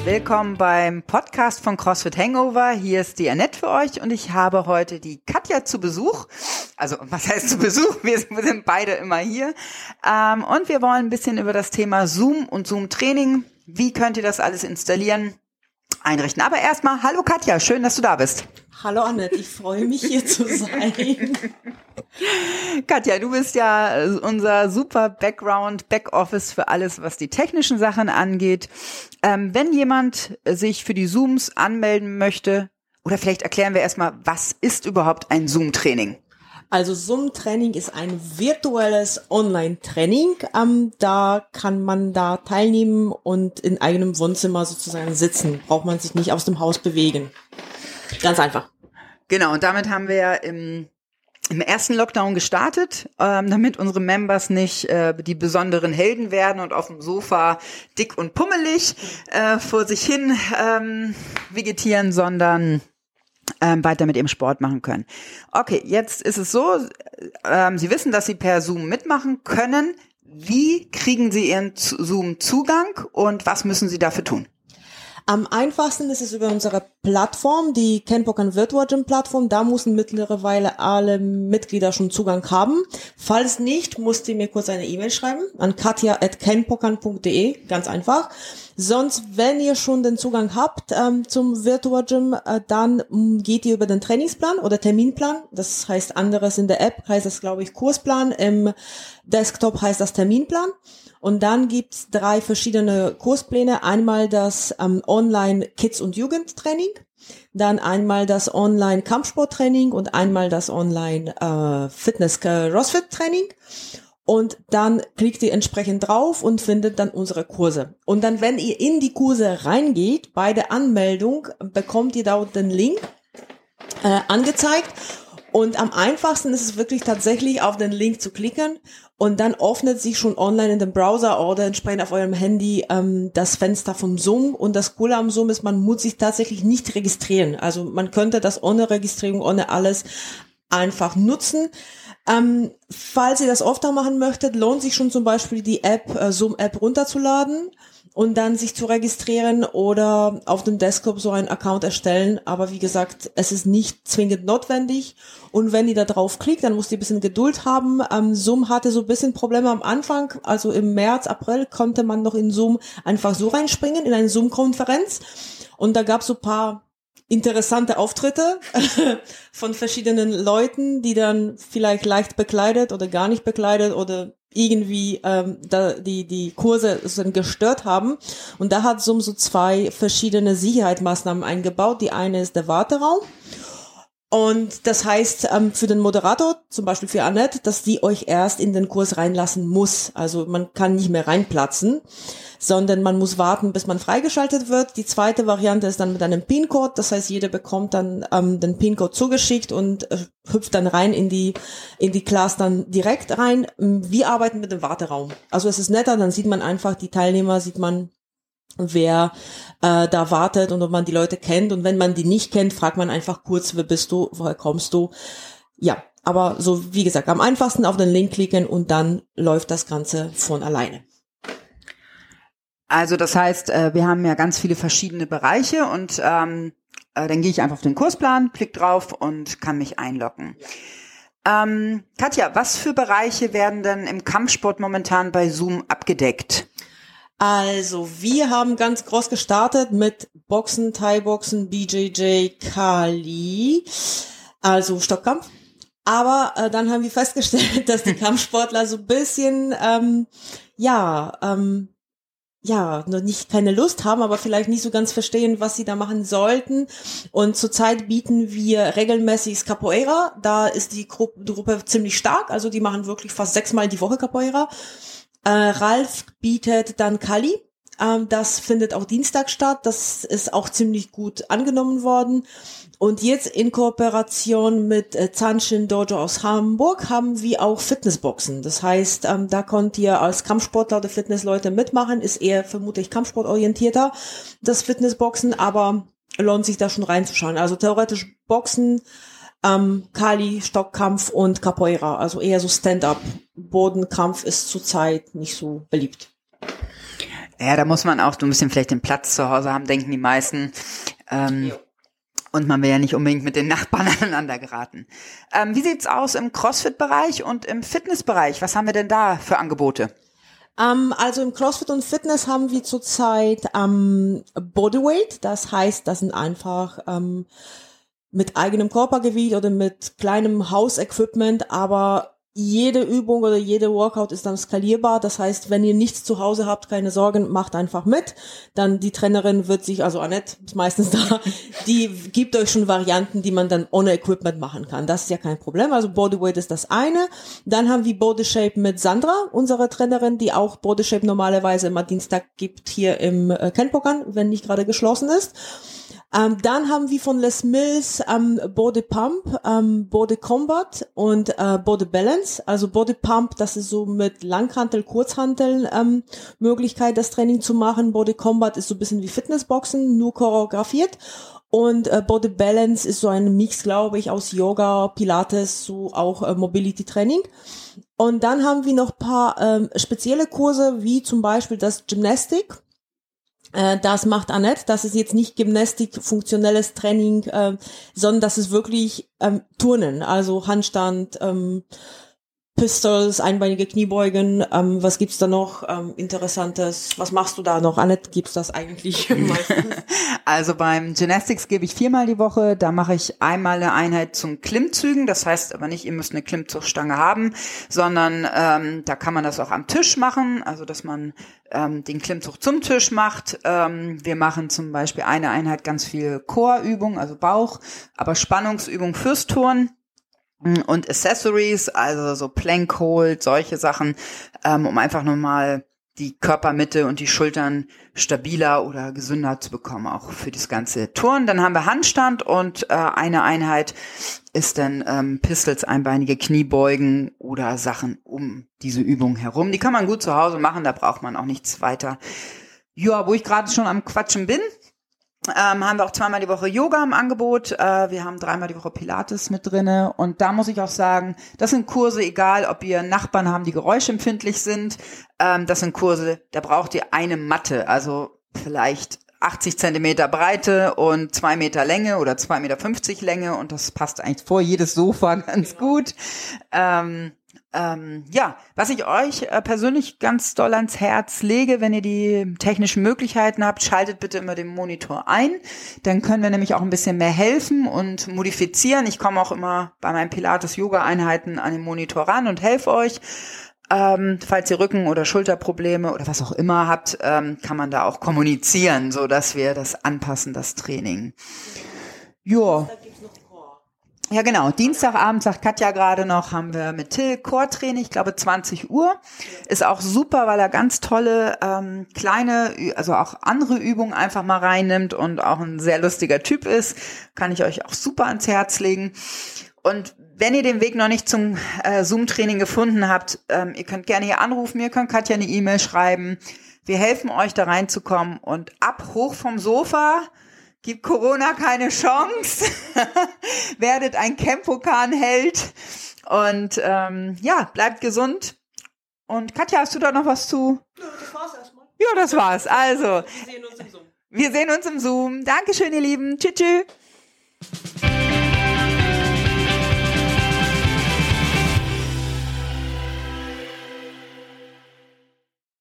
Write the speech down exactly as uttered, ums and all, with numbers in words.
Willkommen beim Podcast von CrossFit Hangover. Hier ist die Annette für euch und ich habe heute die Katja zu Besuch. Also, was heißt zu Besuch? Wir sind beide immer hier. Ähm, und wir wollen ein bisschen über das Thema Zoom und Zoom-Training. Wie könnt ihr das alles installieren, einrichten? Aber erstmal, hallo Katja, schön, dass du da bist. Hallo Annette, ich freue mich hier zu sein. Katja, du bist ja unser super Background, Backoffice für alles, was die technischen Sachen angeht. Ähm, wenn jemand sich für die Zooms anmelden möchte, oder vielleicht erklären wir erstmal, was ist überhaupt ein Zoom-Training? Also Zoom-Training ist ein virtuelles Online-Training. Ähm, da kann man da teilnehmen und in eigenem Wohnzimmer sozusagen sitzen. Braucht man sich nicht aus dem Haus bewegen. Ganz einfach. Genau, und damit haben wir ja im, im ersten Lockdown gestartet, ähm, damit unsere Members nicht äh, die besonderen Helden werden und auf dem Sofa dick und pummelig äh, vor sich hin ähm, vegetieren, sondern ähm, weiter mit ihrem Sport machen können. Okay, jetzt ist es so, ähm, Sie wissen, dass Sie per Zoom mitmachen können. Wie kriegen Sie Ihren Zoom-Zugang und was müssen Sie dafür tun? Am einfachsten ist es über unsere Plattform, die KenPokan Virtual Gym Plattform. Da müssen mittlerweile alle Mitglieder schon Zugang haben. Falls nicht, musst ihr mir kurz eine E-Mail schreiben an katja at kenpokan punkt de, ganz einfach. Sonst, wenn ihr schon den Zugang habt ähm, zum Virtual Gym, äh, dann m, geht ihr über den Trainingsplan oder Terminplan. Das heißt anderes in der App, heißt das, glaube ich, Kursplan. Im Desktop heißt das Terminplan. Und dann gibt's drei verschiedene Kurspläne. Einmal das ähm, Online-Kids- und Jugendtraining, dann einmal das Online-Kampfsporttraining und einmal das Online-Fitness-Crossfit-Training. Und dann klickt ihr entsprechend drauf und findet dann unsere Kurse. Und dann, wenn ihr in die Kurse reingeht, bei der Anmeldung bekommt ihr dort den Link äh, angezeigt. Und am einfachsten ist es wirklich tatsächlich auf den Link zu klicken und dann öffnet sich schon online in dem Browser oder entsprechend auf eurem Handy ähm, das Fenster vom Zoom. Und das Coole am Zoom ist, man muss sich tatsächlich nicht registrieren. Also man könnte das ohne Registrierung, ohne alles einfach nutzen. Ähm, falls ihr das öfter machen möchtet, lohnt sich schon zum Beispiel die App, äh, Zoom-App runterzuladen und dann sich zu registrieren oder auf dem Desktop so einen Account erstellen. Aber wie gesagt, es ist nicht zwingend notwendig. Und wenn ihr da drauf klickt, dann müsst ihr ein bisschen Geduld haben. Ähm, Zoom hatte so ein bisschen Probleme am Anfang. Also im März, April konnte man noch in Zoom einfach so reinspringen, in eine Zoom-Konferenz. Und da gab es so ein paar interessante Auftritte von verschiedenen Leuten, die dann vielleicht leicht bekleidet oder gar nicht bekleidet oder irgendwie ähm, da die die Kurse dann gestört haben. Und da hat Zoom so zwei verschiedene Sicherheitsmaßnahmen eingebaut. Die eine ist der Warteraum. Und das heißt ähm, für den Moderator, zum Beispiel für Annette, dass die euch erst in den Kurs reinlassen muss. Also man kann nicht mehr reinplatzen, sondern man muss warten, bis man freigeschaltet wird. Die zweite Variante ist dann mit einem PIN-Code. Das heißt, jeder bekommt dann ähm, den PIN-Code zugeschickt und äh, hüpft dann rein in die in die Class dann direkt rein. Wir arbeiten mit dem Warteraum. Also es ist netter, dann sieht man einfach die Teilnehmer, sieht man, wer äh, da wartet und ob man die Leute kennt. Und wenn man die nicht kennt, fragt man einfach kurz, wer bist du, woher kommst du? Ja, aber so wie gesagt, am einfachsten auf den Link klicken und dann läuft das Ganze von alleine. Also das heißt, äh, wir haben ja ganz viele verschiedene Bereiche und ähm, äh, dann gehe ich einfach auf den Kursplan, klick drauf und kann mich einloggen. Ja. Ähm, Katja, was für Bereiche werden denn im Kampfsport momentan bei Zoom abgedeckt? Also, wir haben ganz groß gestartet mit Boxen, Thai-Boxen, B J J, Kali, also Stockkampf. Aber äh, dann haben wir festgestellt, dass die Kampfsportler so ein bisschen, ähm, ja, ähm, ja, noch nicht keine Lust haben, aber vielleicht nicht so ganz verstehen, was sie da machen sollten. Und zurzeit bieten wir regelmäßig Capoeira. Da ist die Gruppe, die Gruppe ziemlich stark, also die machen wirklich fast sechsmal die Woche Capoeira. Äh, Ralf bietet dann Kali. Ähm, das findet auch Dienstag statt. Das ist auch ziemlich gut angenommen worden. Und jetzt in Kooperation mit äh, Zanshin Dojo aus Hamburg haben wir auch Fitnessboxen. Das heißt, ähm, da könnt ihr als Kampfsportler oder Fitnessleute mitmachen. Ist eher vermutlich kampfsportorientierter, das Fitnessboxen, aber lohnt sich da schon reinzuschauen. Also theoretisch Boxen, ähm, Kali, Stockkampf und Capoeira. Also eher so Stand-up. Bodenkampf ist zurzeit nicht so beliebt. Ja, da muss man auch so ein bisschen vielleicht den Platz zu Hause haben, denken die meisten. Ähm, und man will ja nicht unbedingt mit den Nachbarn aneinander geraten. Ähm, wie sieht's aus im CrossFit-Bereich und im Fitnessbereich? Was haben wir denn da für Angebote? Um, also im CrossFit und Fitness haben wir zurzeit um, Bodyweight. Das heißt, das sind einfach um, mit eigenem Körpergewicht oder mit kleinem Hausequipment, aber jede Übung oder jede Workout ist dann skalierbar. Das heißt, wenn ihr nichts zu Hause habt, keine Sorgen, macht einfach mit. Dann die Trainerin wird sich, also Annette ist meistens da, die gibt euch schon Varianten, die man dann ohne Equipment machen kann. Das ist ja kein Problem. Also Bodyweight ist das eine. Dann haben wir Bodyshape mit Sandra, unsere Trainerin, die auch Bodyshape normalerweise immer Dienstag gibt hier im äh, Kenpokan, wenn nicht gerade geschlossen ist. Ähm, dann haben wir von Les Mills ähm, Body Pump, ähm, Body Combat und äh, Body Balance. Also Body Pump, das ist so mit Langhantel, Kurzhanteln ähm, Möglichkeit, das Training zu machen. Body Combat ist so ein bisschen wie Fitnessboxen, nur choreografiert. Und äh, Body Balance ist so ein Mix, glaube ich, aus Yoga, Pilates, so auch äh, Mobility Training. Und dann haben wir noch paar ähm, spezielle Kurse, wie zum Beispiel das Gymnastik. Das macht Annette. Das ist jetzt nicht Gymnastik, funktionelles Training, äh, sondern das ist wirklich ähm, Turnen, also Handstand, ähm, Pistols, einbeinige Kniebeugen. Ähm, was gibt's da noch ähm, Interessantes? Was machst du da noch? Annette, gibt's das eigentlich meistens? Also beim Gymnastics gebe ich viermal die Woche. Da mache ich einmal eine Einheit zum Klimmzügen. Das heißt aber nicht, ihr müsst eine Klimmzugstange haben, sondern ähm, da kann man das auch am Tisch machen. Also dass man ähm, den Klimmzug zum Tisch macht. Ähm, wir machen zum Beispiel eine Einheit ganz viel Core-Übung, also Bauch, aber Spannungsübung fürs Turnen. Und Accessories, also so Plank Hold, solche Sachen, ähm, um einfach nochmal die Körpermitte und die Schultern stabiler oder gesünder zu bekommen, auch für das ganze Turnen. Dann haben wir Handstand und äh, eine Einheit ist dann ähm, Pistols, einbeinige Kniebeugen oder Sachen um diese Übung herum. Die kann man gut zu Hause machen, da braucht man auch nichts weiter. Ja, wo ich gerade schon am Quatschen bin, Ähm, haben wir auch zweimal die Woche Yoga im Angebot. Äh, wir haben dreimal die Woche Pilates mit drinne. Und da muss ich auch sagen, das sind Kurse, egal ob ihr Nachbarn haben, die geräuschempfindlich sind. Ähm, das sind Kurse, da braucht ihr eine Matte. Also vielleicht achtzig Zentimeter Breite und zwei Meter Länge oder zwei Meter fünfzig Länge. Und das passt eigentlich vor jedes Sofa ganz gut. Ähm, Ähm, ja, was ich euch äh, persönlich ganz doll ans Herz lege, wenn ihr die technischen Möglichkeiten habt, schaltet bitte immer den Monitor ein. Dann können wir nämlich auch ein bisschen mehr helfen und modifizieren. Ich komme auch immer bei meinen Pilates-Yoga-Einheiten an den Monitor ran und helfe euch. Ähm, falls ihr Rücken- oder Schulterprobleme oder was auch immer habt, ähm, kann man da auch kommunizieren, so dass wir das anpassen, das Training. Ja. Ja, genau. Dienstagabend, sagt Katja gerade noch, haben wir mit Till Core-Training, ich glaube zwanzig Uhr. Ist auch super, weil er ganz tolle ähm, kleine, also auch andere Übungen einfach mal reinnimmt und auch ein sehr lustiger Typ ist. Kann ich euch auch super ans Herz legen. Und wenn ihr den Weg noch nicht zum äh, Zoom-Training gefunden habt, ähm, ihr könnt gerne hier anrufen, ihr könnt Katja eine E-Mail schreiben. Wir helfen euch da reinzukommen und ab hoch vom Sofa. Gibt Corona keine Chance, werdet ein Kenpokan-Held und ähm, ja, bleibt gesund. Und Katja, hast du da noch was zu? Ja, das war's erstmal. Ja, das war's. Also, wir sehen uns im Zoom. Wir sehen uns im Zoom. Dankeschön, ihr Lieben. Tschüss, tschüss.